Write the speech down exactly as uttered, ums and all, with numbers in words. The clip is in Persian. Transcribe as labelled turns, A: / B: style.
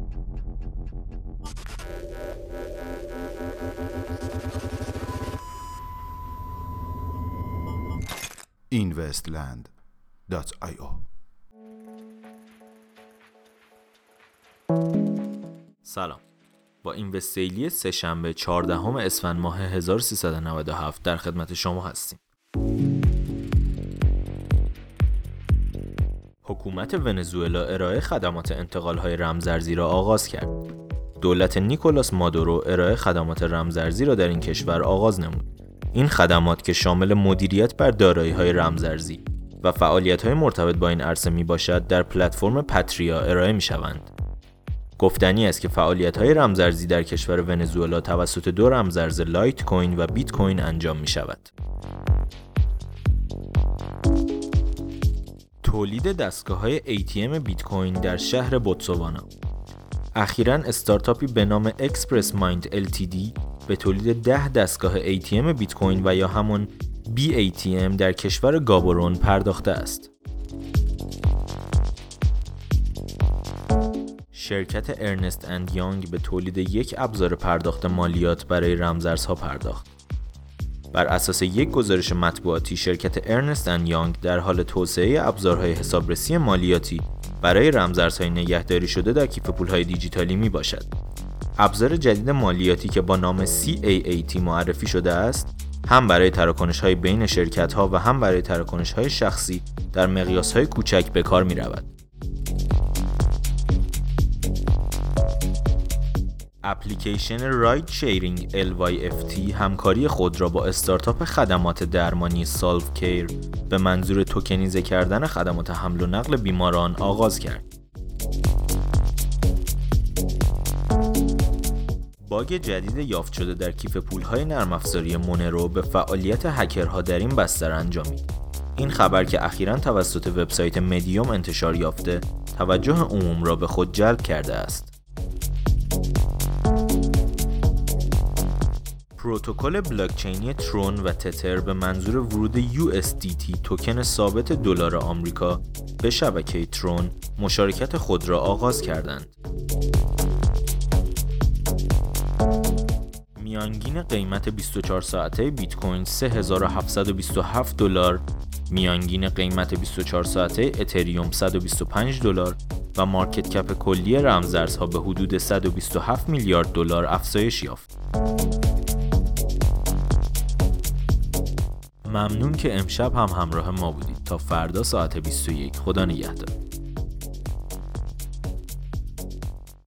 A: اینوستلند دات آی او.
B: سلام. با اینوستیلی سه شنبه چهاردهم اسفند ماه هزار و سیصد و نود و هفت در خدمت شما هستیم. حکومت ونزوئلا ارائه خدمات انتقال‌های رمزارزی را آغاز کرد. دولت نیکولاس مادورو ارائه خدمات رمزارزی را در این کشور آغاز نمود. این خدمات که شامل مدیریت بر دارایی‌های رمزارزی و فعالیت‌های مرتبط با این عرصه میباشد، در پلتفرم پاتریا ارائه می‌شوند. گفتنی است که فعالیت‌های رمزارزی در کشور ونزوئلا توسط دو رمزارز لایت کوین و بیت کوین انجام می‌شود. تولید دستگاه‌های ای تی ام بیت کوین در شهر بوتسوانا. اخیراً استارتاپی به نام اکسپرس مایند ال تی دی به تولید ده دستگاه ای تی ام بیت کوین و یا همون بی ای تی ام در کشور گابورون پرداخته است. شرکت ارنست اند یانگ به تولید یک ابزار پرداخت مالیات برای رمزارزها پرداخت. بر اساس یک گزارش مطبوعاتی، شرکت ارنست اند یانگ در حال توسعه ابزارهای حسابرسی مالیاتی برای رمزارزهای نگهداری شده در کیف پولهای دیجیتالی می باشد. ابزار جدید مالیاتی که با نام سی ای ای تی معرفی شده است، هم برای تراکنش‌های بین شرکت‌ها و هم برای تراکنش‌های شخصی در مقیاس‌های کوچک به کار می‌رود. اپلیکیشن راید شیرینگ ال وای اف تی همکاری خود را با استارتاپ خدمات درمانی سالف کیر به منظور توکنیزه کردن خدمات حمل و نقل بیماران آغاز کرد. باگ جدید یافت شده در کیف پول‌های نرم افزاری مونرو به فعالیت هکرها در این بستر انجامید. این خبر که اخیراً توسط وبسایت مدیوم انتشار یافته، توجه عموم را به خود جلب کرده است. پروتکل بلاکچینی ترون و تتر به منظور ورود یو اس دی تی توکن ثابت دلار آمریکا به شبکه ترون مشارکت خود را آغاز کردند. میانگین قیمت بیست و چهار ساعته بیت کوین سه هزار و هفتصد و بیست و هفت دلار، میانگین قیمت بیست و چهار ساعته اتریوم صد و بیست و پنج دلار و مارکت کپ کلی رمزارزها به حدود صد و بیست و هفت میلیارد دلار افزایش یافت. ممنون که امشب هم همراه ما بودید. تا فردا ساعت بیست و یک. خدا نگهدار.